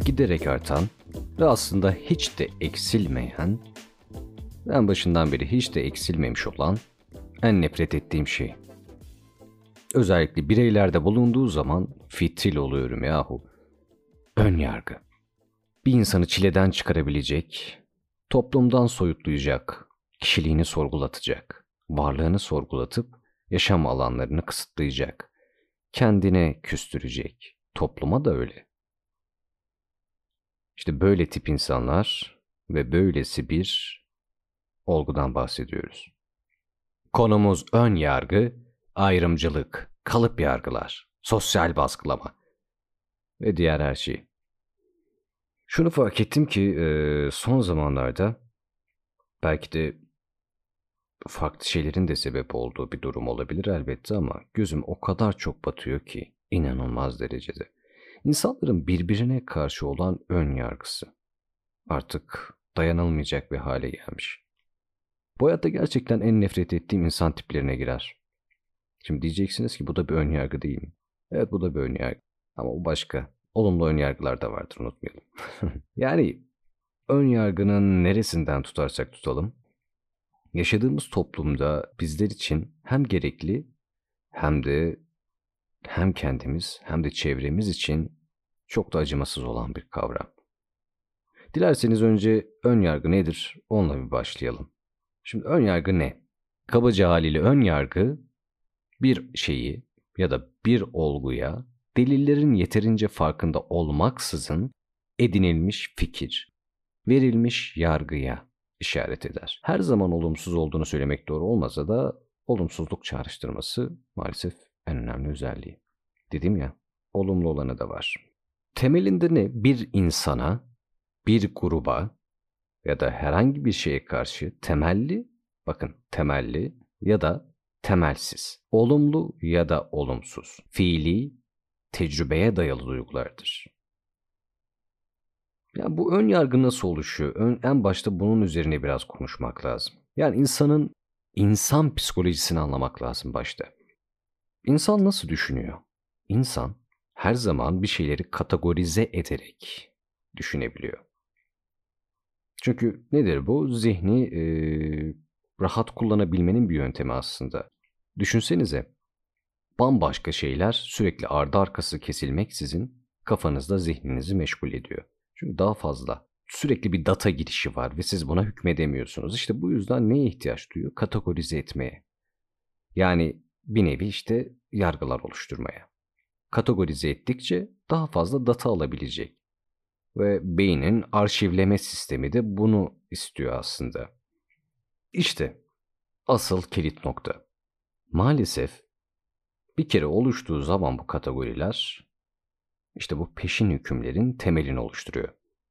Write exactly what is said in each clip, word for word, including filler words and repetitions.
giderek artan ve aslında hiç de eksilmeyen, en başından beri hiç de eksilmemiş olan en nefret ettiğim şey. Özellikle bireylerde bulunduğu zaman fitil oluyorum yahu. Ön yargı. Bir insanı çileden çıkarabilecek, toplumdan soyutlayacak, kişiliğini sorgulatacak, varlığını sorgulatıp yaşam alanlarını kısıtlayacak, kendine küstürecek, topluma da öyle. İşte böyle tip insanlar ve böylesi bir olgudan bahsediyoruz. Konumuz ön yargı, ayrımcılık, kalıp yargılar, sosyal baskılama ve diğer her şey. Şunu fark ettim ki son zamanlarda belki de farklı şeylerin de sebep olduğu bir durum olabilir elbette ama gözüm o kadar çok batıyor ki inanılmaz derecede. İnsanların birbirine karşı olan ön yargısı artık dayanılmayacak bir hale gelmiş. Bu hayatta gerçekten en nefret ettiğim insan tiplerine girer. Şimdi diyeceksiniz ki bu da bir ön yargı değil mi? Evet, bu da bir ön yargı. Ama bu başka. Olumlu ön yargılar da vardır, unutmayalım. Yani ön yargının neresinden tutarsak tutalım, yaşadığımız toplumda bizler için hem gerekli hem de hem kendimiz hem de çevremiz için çok da acımasız olan bir kavram. Dilerseniz önce ön yargı nedir? Onunla bir başlayalım. Şimdi ön yargı ne? Kabaca haliyle ön yargı bir şeyi ya da bir olguya delillerin yeterince farkında olmaksızın edinilmiş fikir, verilmiş yargıya işaret eder. Her zaman olumsuz olduğunu söylemek doğru olmasa da olumsuzluk çağrıştırması maalesef en önemli özelliği. Dedim ya, olumlu olanı da var. Temelinde ne? Bir insana, bir gruba ya da herhangi bir şeye karşı temelli, bakın temelli ya da temelsiz, olumlu ya da olumsuz, fiili, tecrübeye dayalı duygulardır. Yani bu ön yargı nasıl oluşuyor? Ön, en başta bunun üzerine biraz konuşmak lazım. Yani insanın insan psikolojisini anlamak lazım başta. İnsan nasıl düşünüyor? İnsan her zaman bir şeyleri kategorize ederek düşünebiliyor. Çünkü nedir bu? Zihni e, rahat kullanabilmenin bir yöntemi aslında. Düşünsenize, bambaşka şeyler sürekli ardı arkası kesilmeksizin kafanızda zihninizi meşgul ediyor. Çünkü daha fazla sürekli bir data girişi var ve siz buna hükmedemiyorsunuz. İşte bu yüzden neye ihtiyaç duyuyor? Kategorize etmeye. Yani bir nevi işte yargılar oluşturmaya. Kategorize ettikçe daha fazla data alabilecek. Ve beynin arşivleme sistemi de bunu istiyor aslında. İşte asıl kilit nokta. Maalesef bir kere oluştuğu zaman bu kategoriler işte bu peşin hükümlerin temelini oluşturuyor.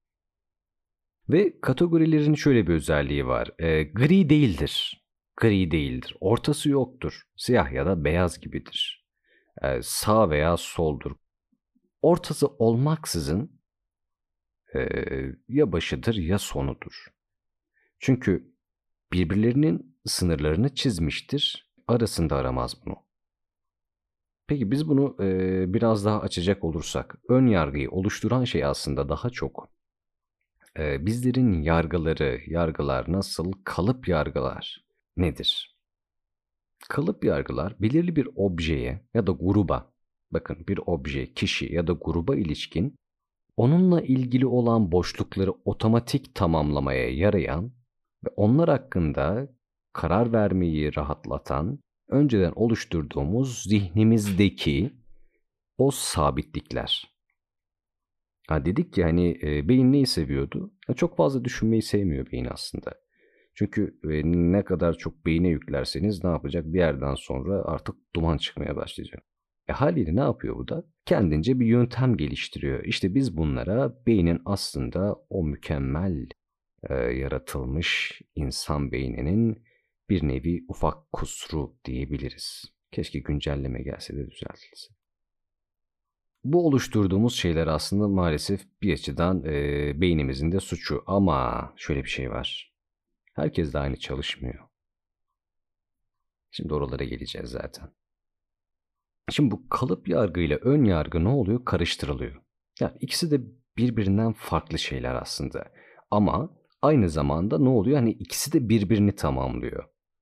Ve kategorilerin şöyle bir özelliği var. E, gri değildir. Gri değildir. Ortası yoktur. Siyah ya da beyaz gibidir. E, sağ veya soldur. Ortası olmaksızın e, ya başıdır ya sonudur. Çünkü birbirlerinin sınırlarını çizmiştir. Arasında aramaz bunu. Peki biz bunu e, biraz daha açacak olursak, ön yargıyı oluşturan şey aslında daha çok e, bizlerin yargıları, yargılar nasıl, kalıp yargılar nedir? Kalıp yargılar belirli bir objeye ya da gruba, bakın bir obje, kişi ya da gruba ilişkin onunla ilgili olan boşlukları otomatik tamamlamaya yarayan ve onlar hakkında karar vermeyi rahatlatan, önceden oluşturduğumuz zihnimizdeki o sabitlikler. Ha dedik ki hani e, beyin neyi seviyordu? Ya çok fazla düşünmeyi sevmiyor beyin aslında. Çünkü e, ne kadar çok beyine yüklerseniz ne yapacak? Bir yerden sonra artık duman çıkmaya başlayacak. E haliyle ne yapıyor bu da? Kendince bir yöntem geliştiriyor. İşte biz bunlara beynin aslında o mükemmel e, yaratılmış insan beyninin bir nevi ufak kusuru diyebiliriz. Keşke güncelleme gelse de düzeltilse. Bu oluşturduğumuz şeyler aslında maalesef bir açıdan e, beynimizin de suçu. Ama şöyle bir şey var. Herkes de aynı çalışmıyor. Şimdi oralara geleceğiz zaten. Şimdi bu kalıp yargı ile ön yargı ne oluyor? Karıştırılıyor. Yani ikisi de birbirinden farklı şeyler aslında. Ama aynı zamanda ne oluyor? Hani ikisi de birbirini tamamlıyor.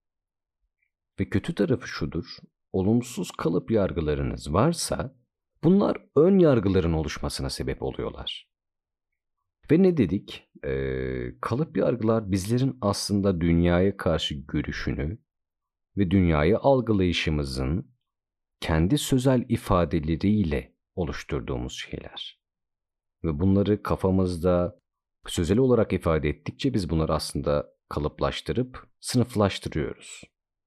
Ve kötü tarafı şudur. Olumsuz kalıp yargılarınız varsa bunlar ön yargıların oluşmasına sebep oluyorlar. Ve ne dedik? Ee, kalıp yargılar bizlerin aslında dünyaya karşı görüşünü ve dünyayı algılayışımızın kendi sözel ifadeleriyle oluşturduğumuz şeyler. Ve bunları kafamızda sözel olarak ifade ettikçe biz bunları aslında kalıplaştırıp sınıflaştırıyoruz.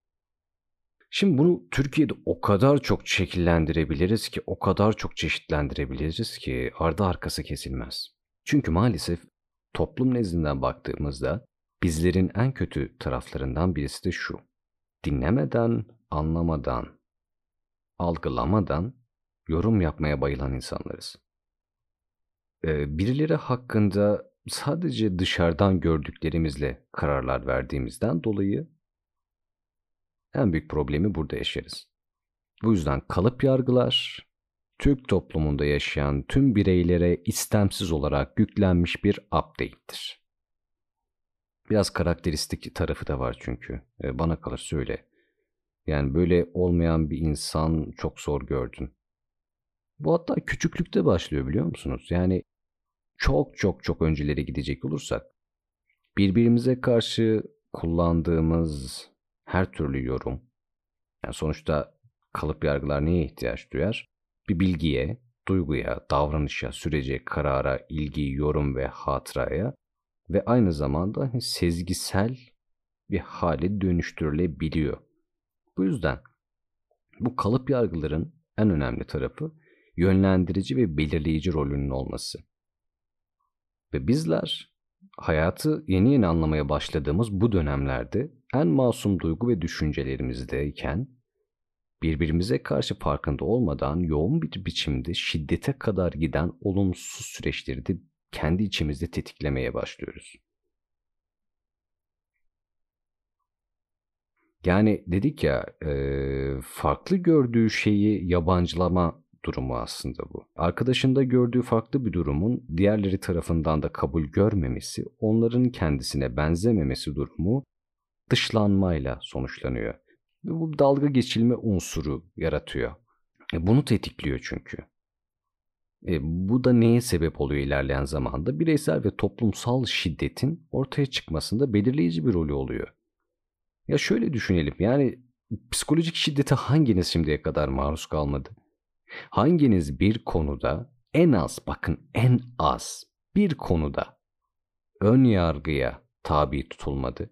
Şimdi bunu Türkiye'de o kadar çok şekillendirebiliriz ki, o kadar çok çeşitlendirebiliriz ki ardı arkası kesilmez. Çünkü maalesef toplum nezdinden baktığımızda bizlerin en kötü taraflarından birisi de şu. Dinlemeden, anlamadan, algılamadan yorum yapmaya bayılan insanlarız. Ee, birileri hakkında sadece dışarıdan gördüklerimizle kararlar verdiğimizden dolayı en büyük problemi burada yaşarız. Bu yüzden kalıp yargılar, Türk toplumunda yaşayan tüm bireylere istemsiz olarak yüklenmiş bir update'tir. Biraz karakteristik tarafı da var çünkü. Ee, bana kalırsa öyle. Yani böyle olmayan bir insan çok zor gördüm. Bu hatta küçüklükte başlıyor biliyor musunuz? Yani çok çok çok öncelere gidecek olursak birbirimize karşı kullandığımız her türlü yorum, yani sonuçta kalıp yargılar neye ihtiyaç duyar? Bir bilgiye, duyguya, davranışa, sürece, karara, ilgi, yorum ve hatıraya ve aynı zamanda hani sezgisel bir hale dönüştürülebiliyor. Bu yüzden bu kalıp yargıların en önemli tarafı yönlendirici ve belirleyici rolünün olması. Ve bizler hayatı yeni yeni anlamaya başladığımız bu dönemlerde en masum duygu ve düşüncelerimizdeyken birbirimize karşı farkında olmadan yoğun bir biçimde şiddete kadar giden olumsuz süreçleri de kendi içimizde tetiklemeye başlıyoruz. Yani dedik ya farklı gördüğü şeyi yabancılama durumu aslında bu. Arkadaşında gördüğü farklı bir durumun diğerleri tarafından da kabul görmemesi, onların kendisine benzememesi durumu dışlanmayla sonuçlanıyor. Ve bu dalga geçilme unsuru yaratıyor. E, bunu tetikliyor çünkü. E, bu da neye sebep oluyor ilerleyen zamanda? Bireysel ve toplumsal şiddetin ortaya çıkmasında belirleyici bir rolü oluyor. Ya şöyle düşünelim, yani psikolojik şiddete hanginiz şimdiye kadar maruz kalmadı? Hanginiz bir konuda en az, bakın en az bir konuda ön yargıya tabi tutulmadı?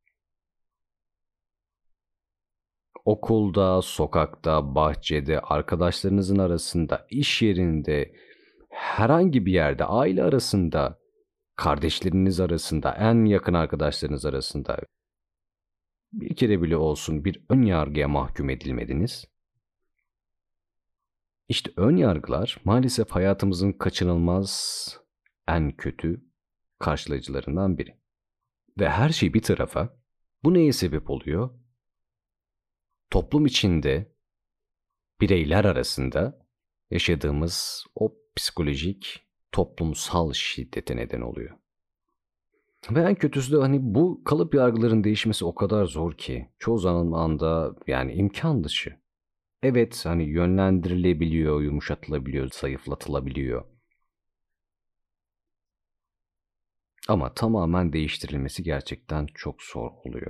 Okulda, sokakta, bahçede, arkadaşlarınızın arasında, iş yerinde, herhangi bir yerde, aile arasında, kardeşleriniz arasında, en yakın arkadaşlarınız arasında bir kere bile olsun bir ön yargıya mahkum edilmediniz. İşte ön yargılar maalesef hayatımızın kaçınılmaz en kötü karşılayıcılarından biri. Ve her şey bir tarafa, bu neye sebep oluyor? Toplum içinde, bireyler arasında yaşadığımız o psikolojik, toplumsal şiddete neden oluyor. Ve en kötüsü de hani bu kalıp yargıların değişmesi o kadar zor ki çoğu zamanda yani imkan dışı. Evet hani yönlendirilebiliyor, yumuşatılabiliyor, zayıflatılabiliyor. Ama tamamen değiştirilmesi gerçekten çok zor oluyor.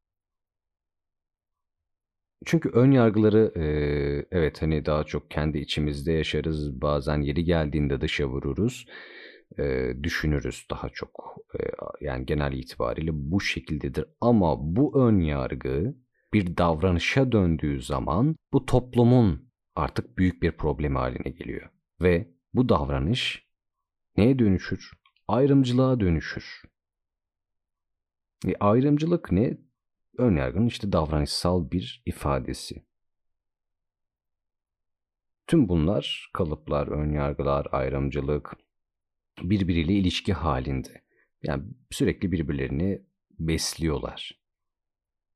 Çünkü ön yargıları e, evet hani daha çok kendi içimizde yaşarız. Bazen yeri geldiğinde dışa vururuz. E, düşünürüz daha çok. E, yani genel itibariyle bu şekildedir. Ama bu ön yargı bir davranışa döndüğü zaman bu toplumun artık büyük bir problemi haline geliyor. Ve bu davranış neye dönüşür? Ayrımcılığa dönüşür. E, ayrımcılık ne? Önyargının işte davranışsal bir ifadesi. Tüm bunlar kalıplar, önyargılar, ayrımcılık birbiriyle ilişki halinde. Yani sürekli birbirlerini besliyorlar.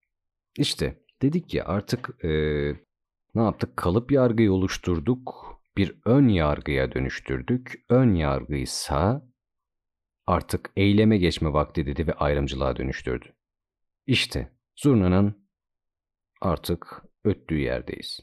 İşte dedik ya artık e, ne yaptık? Kalıp yargıyı oluşturduk. bir ön yargıya dönüştürdük. Ön yargıysa artık eyleme geçme vakti dedi ve ayrımcılığa dönüştürdü. İşte zurnanın artık öttüğü yerdeyiz.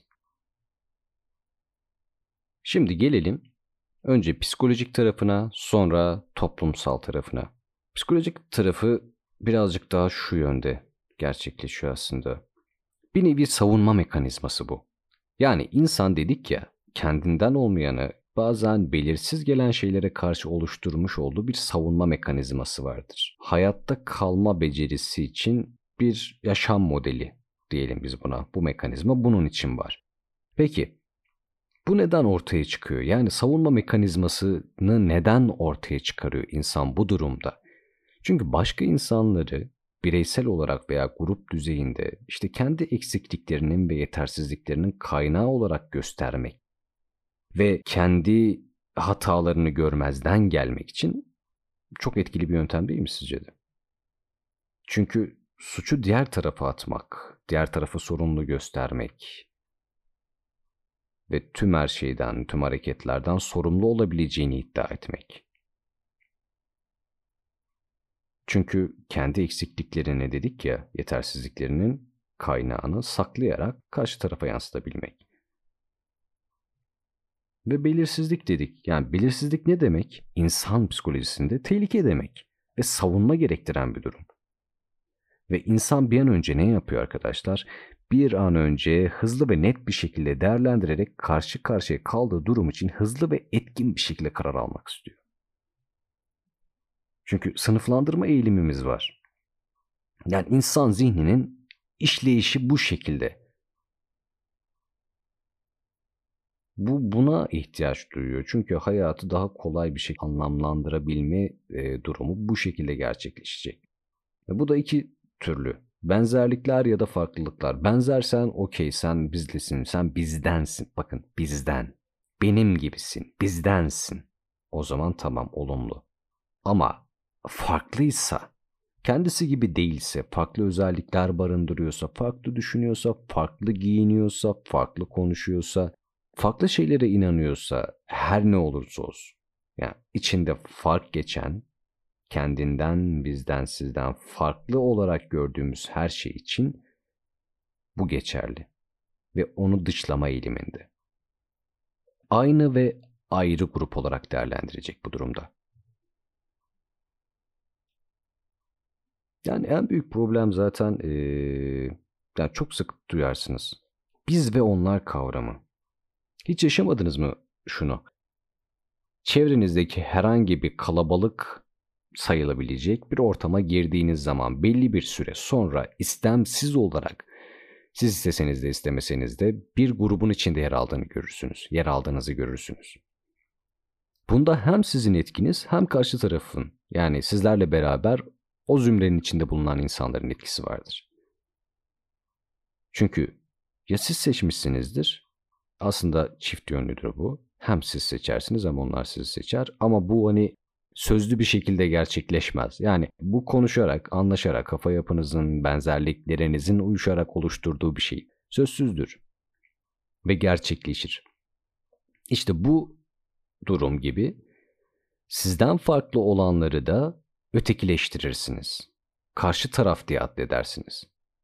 Şimdi gelelim önce psikolojik tarafına, sonra toplumsal tarafına. Psikolojik tarafı birazcık daha şu yönde gerçekleşiyor aslında. Bir nevi savunma mekanizması bu. Yani insan dedik ya, kendinden olmayanı bazen belirsiz gelen şeylere karşı oluşturmuş olduğu bir savunma mekanizması vardır. Hayatta kalma becerisi için bir yaşam modeli diyelim biz buna. Bu mekanizma bunun için var. Peki bu neden ortaya çıkıyor? Yani savunma mekanizmasını neden ortaya çıkarıyor insan bu durumda? Çünkü başka insanları bireysel olarak veya grup düzeyinde işte kendi eksikliklerinin ve yetersizliklerinin kaynağı olarak göstermek ve kendi hatalarını görmezden gelmek için çok etkili bir yöntem değil mi sizce de? Çünkü suçu diğer tarafa atmak, diğer tarafa sorumlu göstermek ve tüm her şeyden, tüm hareketlerden sorumlu olabileceğini iddia etmek. Çünkü kendi eksikliklerini dedik ya, yetersizliklerinin kaynağını saklayarak karşı tarafa yansıtabilmek. Ve belirsizlik dedik. Yani belirsizlik ne demek? İnsan psikolojisinde tehlike demek ve savunma gerektiren bir durum. Ve insan bir an önce ne yapıyor arkadaşlar? Bir an önce hızlı ve net bir şekilde değerlendirerek karşı karşıya kaldığı durum için hızlı ve etkin bir şekilde karar almak istiyor. Çünkü sınıflandırma eğilimimiz var. Yani insan zihninin işleyişi bu şekilde. Bu buna ihtiyaç duyuyor. Çünkü hayatı daha kolay bir şekilde anlamlandırabilme e, durumu bu şekilde gerçekleşecek. Ve bu da iki türlü. Benzerlikler ya da farklılıklar. Benzersen okey, sen bizlesin, sen bizdensin. Bakın, bizden. Benim gibisin, bizdensin. O zaman tamam, olumlu. Ama farklıysa, kendisi gibi değilse, farklı özellikler barındırıyorsa, farklı düşünüyorsa, farklı giyiniyorsa, farklı konuşuyorsa, farklı şeylere inanıyorsa, her ne olursa olsun, yani içinde fark geçen, kendinden, bizden, sizden farklı olarak gördüğümüz her şey için bu geçerli ve onu dışlama eğiliminde. Aynı ve ayrı grup olarak değerlendirecek bu durumda. Yani en büyük problem zaten ee, yani çok sık duyarsınız. Biz ve onlar kavramı. Hiç yaşamadınız mı şunu? Çevrenizdeki herhangi bir kalabalık sayılabilecek bir ortama girdiğiniz zaman belli bir süre sonra istemsiz olarak siz isteseniz de istemeseniz de bir grubun içinde yer aldığını görürsünüz. Yer aldığınızı görürsünüz. Bunda hem sizin etkiniz hem karşı tarafın, yani sizlerle beraber o zümrenin içinde bulunan insanların etkisi vardır. Çünkü ya siz seçmişsinizdir, aslında çift yönlüdür bu. Hem siz seçersiniz hem onlar sizi seçer. Ama bu hani sözlü bir şekilde gerçekleşmez. Yani bu konuşarak, anlaşarak, kafa yapınızın, benzerliklerinizin uyuşarak oluşturduğu bir şey. Sözsüzdür ve gerçekleşir. İşte bu durum gibi sizden farklı olanları da ötekileştirirsiniz. Karşı taraf diye addedersiniz.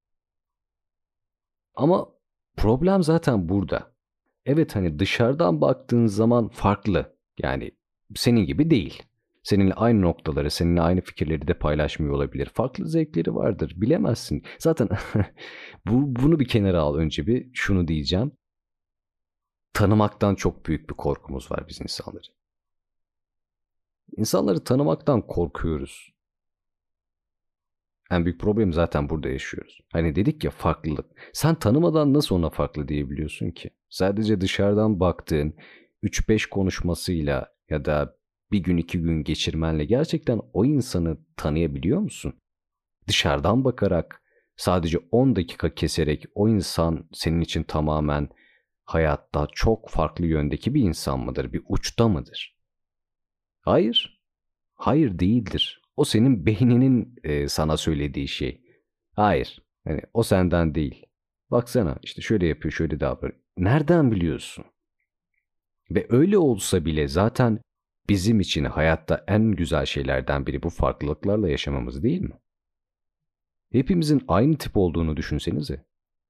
Ama problem zaten burada. Evet, hani dışarıdan baktığın zaman farklı. Yani senin gibi değil. Seninle aynı noktaları, seninle aynı fikirleri de paylaşmıyor olabilir. Farklı zevkleri vardır, bilemezsin. Zaten bu bunu bir kenara al, önce bir şunu diyeceğim. Tanımaktan çok büyük bir korkumuz var biz insanları. İnsanları tanımaktan korkuyoruz. En büyük problem zaten burada yaşıyoruz. Hani dedik ya, farklılık. Sen tanımadan nasıl ona farklı diyebiliyorsun ki? Sadece dışarıdan baktığın üç beş konuşmasıyla ya da bir gün iki gün geçirmenle gerçekten o insanı tanıyabiliyor musun? Dışarıdan bakarak, sadece on dakika keserek o insan senin için tamamen hayatta çok farklı yöndeki bir insan mıdır? Bir uçta mıdır? Hayır. Hayır, değildir. O senin beyninin e, sana söylediği şey. Hayır. Yani o senden değil. Baksana işte şöyle yapıyor, şöyle davranıyor. Nereden biliyorsun? Ve öyle olsa bile zaten bizim için hayatta en güzel şeylerden biri bu farklılıklarla yaşamamız değil mi? Hepimizin aynı tip olduğunu düşünsenize.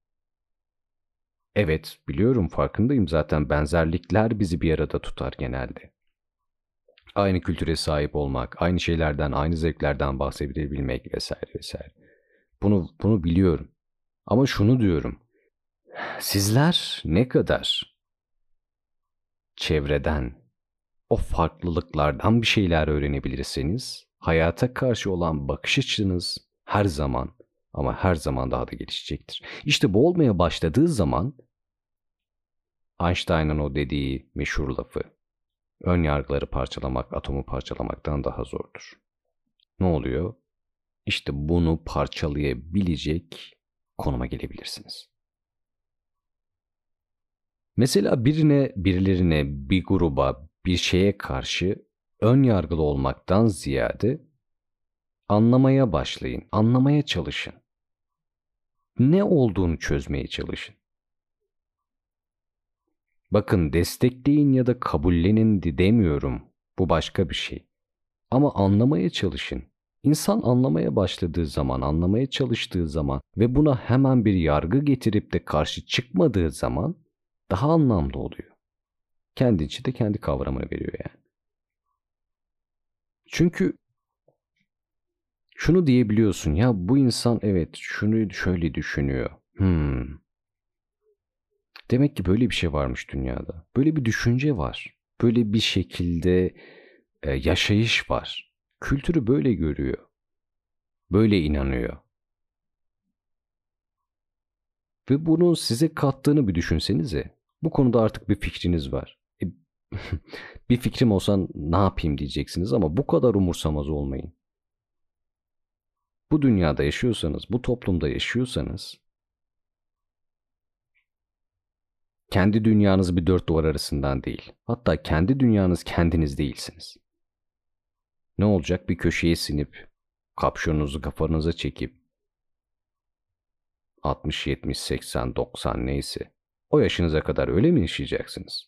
Evet, biliyorum, farkındayım, zaten benzerlikler bizi bir arada tutar genelde. Aynı kültüre sahip olmak, aynı şeylerden, aynı zevklerden bahsedebilmek vesaire vesaire. Bunu bunu biliyorum. Ama şunu diyorum. Sizler ne kadar çevreden, o farklılıklardan bir şeyler öğrenebilirseniz, hayata karşı olan bakış açınız her zaman ama her zaman daha da gelişecektir. İşte bu olmaya başladığı zaman Einstein'ın o dediği meşhur lafı, ön yargıları parçalamak atomu parçalamaktan daha zordur. Ne oluyor? İşte bunu parçalayabilecek konuma gelebilirsiniz. Mesela birine, birilerine, bir gruba, bir şeye karşı ön yargılı olmaktan ziyade anlamaya başlayın, anlamaya çalışın. Ne olduğunu çözmeye çalışın. Bakın, destekleyin ya da kabullenin de demiyorum. Bu başka bir şey. Ama anlamaya çalışın. İnsan anlamaya başladığı zaman, anlamaya çalıştığı zaman ve buna hemen bir yargı getirip de karşı çıkmadığı zaman daha anlamlı oluyor. Kendi içi de kendi kavramını veriyor yani. Çünkü şunu diyebiliyorsun, ya bu insan evet şunu şöyle düşünüyor. Hmm. Demek ki böyle bir şey varmış dünyada. Böyle bir düşünce var. Böyle bir şekilde e, yaşayış var. Kültürü böyle görüyor. Böyle inanıyor. Ve bunun size kattığını bir düşünsenize. Bu konuda artık bir fikriniz var. E, bir fikrim olsa ne yapayım diyeceksiniz ama bu kadar umursamaz olmayın. Bu dünyada yaşıyorsanız, bu toplumda yaşıyorsanız, kendi dünyanız bir dört duvar arasından değil. Hatta kendi dünyanız kendiniz değilsiniz. Ne olacak? Bir köşeye sinip, kapşonunuzu kafanıza çekip, altmış, yetmiş, seksen, doksan neyse, o yaşınıza kadar öyle mi yaşayacaksınız?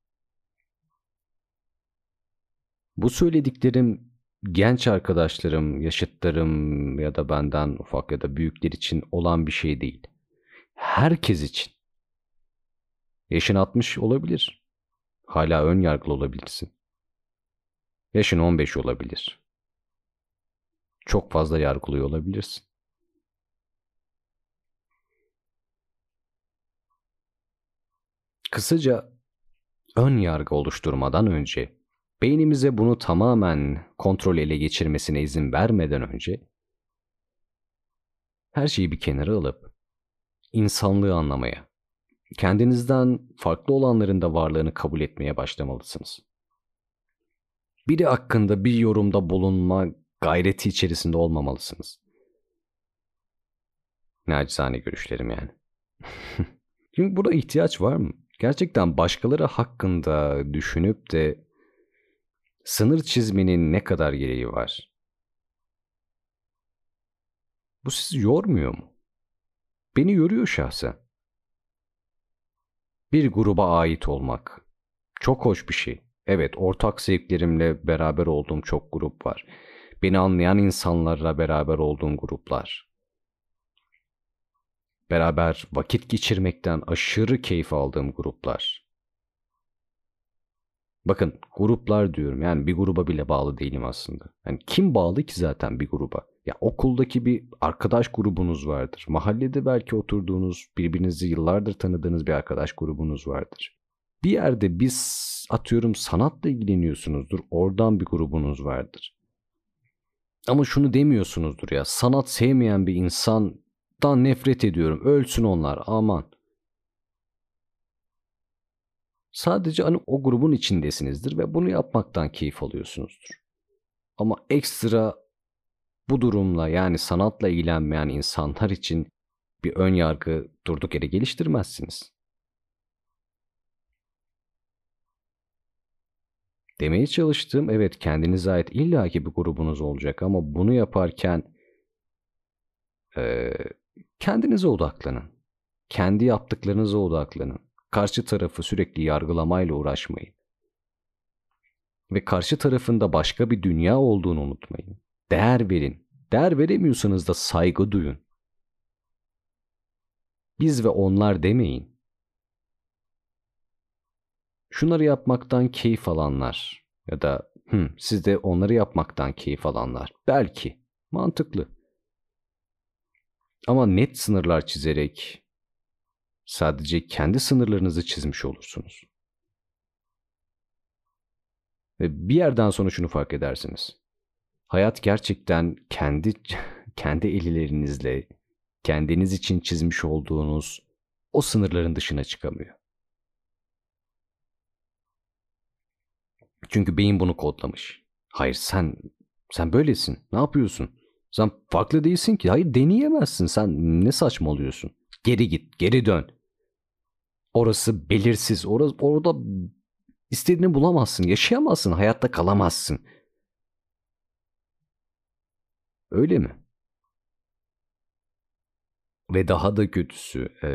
Bu söylediklerim genç arkadaşlarım, yaşıtlarım ya da benden ufak ya da büyükler için olan bir şey değil. Herkes için. Yaşın altmış olabilir. Hala ön yargılı olabilirsin. Yaşın on beş olabilir. Çok fazla yargılıyor olabilirsin. Kısaca, ön yargı oluşturmadan önce, beynimize bunu tamamen kontrol ele geçirmesine izin vermeden önce, her şeyi bir kenara alıp insanlığı anlamaya, kendinizden farklı olanların da varlığını kabul etmeye başlamalısınız. Biri hakkında bir yorumda bulunma gayreti içerisinde olmamalısınız. Nacizane görüşlerim yani. Çünkü buna ihtiyaç var mı? Gerçekten başkaları hakkında düşünüp de sınır çizmenin ne kadar gereği var? Bu sizi yormuyor mu? Beni yoruyor şahsen. Bir gruba ait olmak çok hoş bir şey. Evet, ortak zevklerimle beraber olduğum çok grup var. Beni anlayan insanlarla beraber olduğum gruplar. Beraber vakit geçirmekten aşırı keyif aldığım gruplar. Bakın, gruplar diyorum, yani bir gruba bile bağlı değilim aslında. Yani kim bağlı ki zaten bir gruba? Ya okuldaki bir arkadaş grubunuz vardır. Mahallede belki oturduğunuz, birbirinizi yıllardır tanıdığınız bir arkadaş grubunuz vardır. Bir yerde biz atıyorum sanatla ilgileniyorsunuzdur. Oradan bir grubunuz vardır. Ama şunu demiyorsunuzdur, ya sanat sevmeyen bir insandan nefret ediyorum. Ölsün onlar, aman. Sadece hani o grubun içindesinizdir ve bunu yapmaktan keyif alıyorsunuzdur. Ama ekstra bu durumla, yani sanatla ilgilenmeyen insanlar için bir ön yargı durduk yere geliştirmezsiniz. Demeye çalıştığım, evet, kendinize ait illaki bir grubunuz olacak ama bunu yaparken e, kendinize odaklanın. Kendi yaptıklarınıza odaklanın. Karşı tarafı sürekli yargılamayla uğraşmayın. Ve karşı tarafında başka bir dünya olduğunu unutmayın. Değer verin. Değer veremiyorsanız da saygı duyun. Biz ve onlar demeyin. Şunları yapmaktan keyif alanlar ya da Hı, siz de onları yapmaktan keyif alanlar. Belki. Mantıklı. Ama net sınırlar çizerek sadece kendi sınırlarınızı çizmiş olursunuz. Ve bir yerden sonra şunu fark edersiniz. Hayat gerçekten kendi kendi ellerinizle kendiniz için çizmiş olduğunuz o sınırların dışına çıkamıyor. Çünkü beyin bunu kodlamış. Hayır sen sen böylesin. Ne yapıyorsun? Sen farklı değilsin ki. Hayır deneyemezsin. Sen ne saçmalıyorsun? Geri git, geri dön. Orası belirsiz. Orası, orada istediğini bulamazsın. Yaşayamazsın. Hayatta kalamazsın. Öyle mi? Ve daha da kötüsü, e,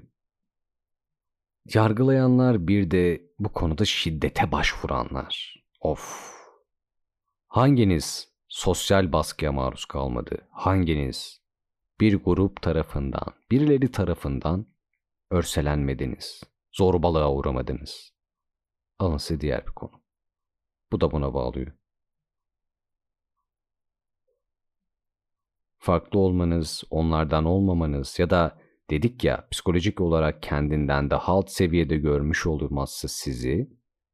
yargılayanlar bir de bu konuda şiddete başvuranlar. Of. Hanginiz sosyal baskıya maruz kalmadı? Hanginiz bir grup tarafından, birileri tarafından örselenmediniz? Zorbalığa uğramadınız? Alın size diğer bir konu. Bu da buna bağlıyor. Farklı olmanız, onlardan olmamanız ya da dedik ya psikolojik olarak kendinden daha alt seviyede görmüş olması sizi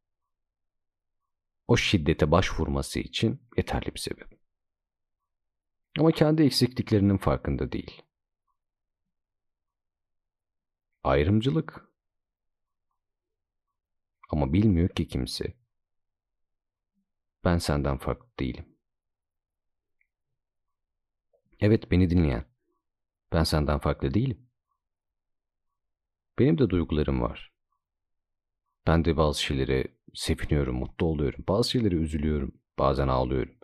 o şiddete başvurması için yeterli bir sebep. Ama kendi eksikliklerinin farkında değil. Ayrımcılık. Ama bilmiyor ki kimse. Ben senden farklı değilim. Evet beni dinleyen. Ben senden farklı değilim. Benim de duygularım var. Ben de bazı şeylere seviniyorum, mutlu oluyorum. Bazı şeylere üzülüyorum. Bazen ağlıyorum.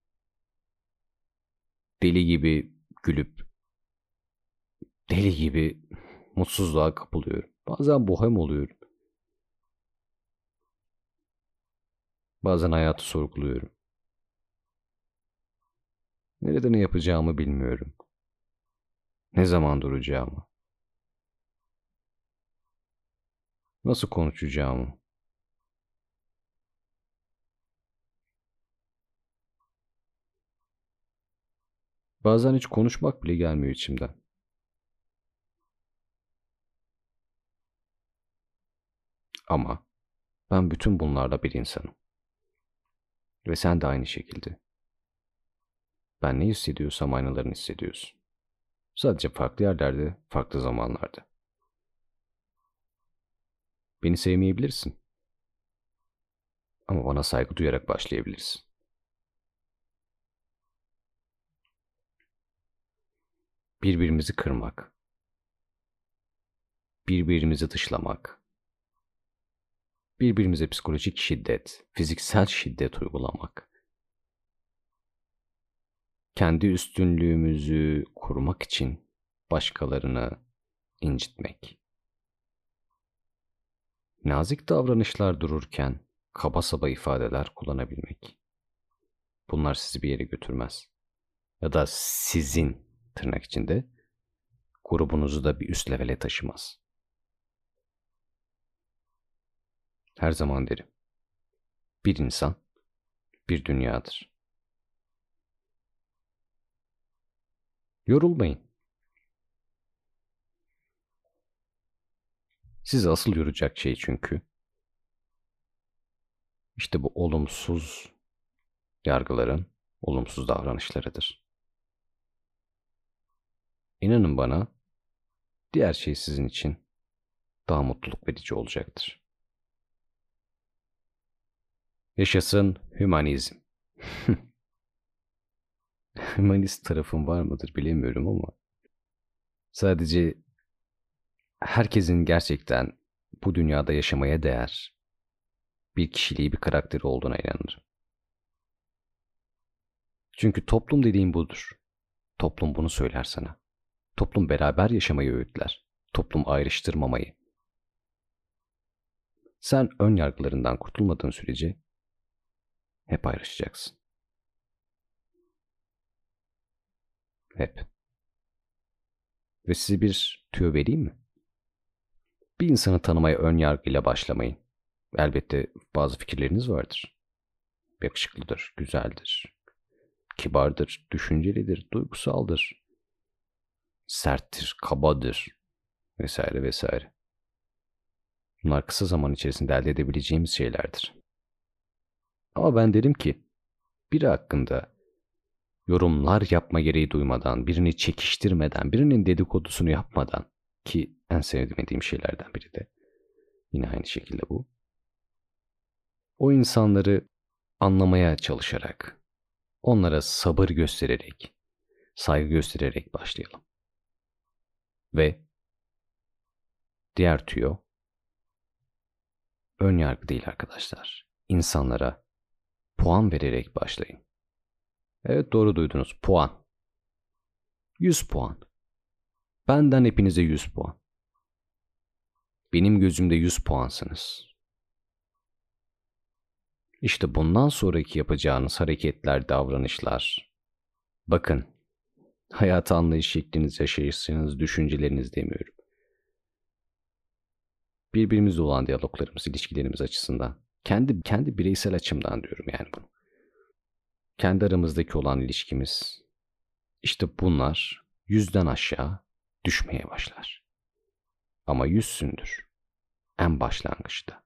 Deli gibi gülüp, deli gibi mutsuzluğa kapılıyorum. Bazen bohem oluyorum. Bazen hayatı sorguluyorum. Nerede ne yapacağımı bilmiyorum. Ne zaman duracağımı. Nasıl konuşacağımı. Bazen hiç konuşmak bile gelmiyor içimden. Ama ben bütün bunlarla bir insanım. Ve sen de aynı şekilde. Ben ne hissediyorsam aynılarını hissediyorsun. Sadece farklı yerlerde, farklı zamanlarda. Beni sevmeyebilirsin. Ama bana saygı duyarak başlayabilirsin. Birbirimizi kırmak, birbirimizi dışlamak, birbirimize psikolojik şiddet, fiziksel şiddet uygulamak, kendi üstünlüğümüzü korumak için başkalarını incitmek, nazik davranışlar dururken kaba saba ifadeler kullanabilmek. Bunlar sizi bir yere götürmez. Ya da sizin tırnak içinde grubunuzu da bir üst levele taşımaz. Her zaman derim. Bir insan bir dünyadır. Yorulmayın. Sizi asıl yoracak şey çünkü işte bu olumsuz yargıların olumsuz davranışlarıdır. İnanın bana diğer şey sizin için daha mutluluk verici olacaktır. Yaşasın hümanizm. Hümanist tarafım var mıdır bilemiyorum ama sadece herkesin gerçekten bu dünyada yaşamaya değer bir kişiliği, bir karakteri olduğuna inanırım. Çünkü toplum dediğim budur. Toplum bunu söyler sana. Toplum beraber yaşamayı öğütler. Toplum ayrıştırmamayı. Sen ön yargılarından kurtulmadığın sürece hep paylaşacaksın. Hep. Ve size bir tüyo vereyim mi? Bir insanı tanımaya ön yargıyla başlamayın. Elbette bazı fikirleriniz vardır. Yakışıklıdır, güzeldir, kibardır, düşüncelidir, duygusaldır, serttir, kabadır vesaire vesaire. Bunlar kısa zaman içerisinde elde edebileceğimiz şeylerdir. Ama ben derim ki biri hakkında yorumlar yapma gereği duymadan, birini çekiştirmeden, birinin dedikodusunu yapmadan, ki en sevmediğim şeylerden biri de yine aynı şekilde bu. O insanları anlamaya çalışarak, onlara sabır göstererek, saygı göstererek başlayalım. Ve diğer tüyo, ön yargı değil arkadaşlar. İnsanlara puan vererek başlayın. Evet, doğru duydunuz, puan. yüz puan. Benden hepinize yüz puan. Benim gözümde yüz puansınız. İşte bundan sonraki yapacağınız hareketler, davranışlar. Bakın, hayatı anlayış şekliniz, yaşayışınız, düşünceleriniz demiyorum. Birbirimizle olan diyaloglarımız, ilişkilerimiz açısından. Kendi kendi bireysel açımdan diyorum yani bunu. Kendi aramızdaki olan ilişkimiz. İşte bunlar yüzden aşağı düşmeye başlar. Ama yüzsündür. En başlangıçta.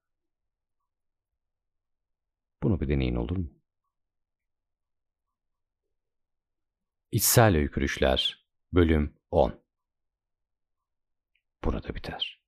Bunu bir deneyin, olur mu? İçsel Öykürüşler bölüm on. Burada biter.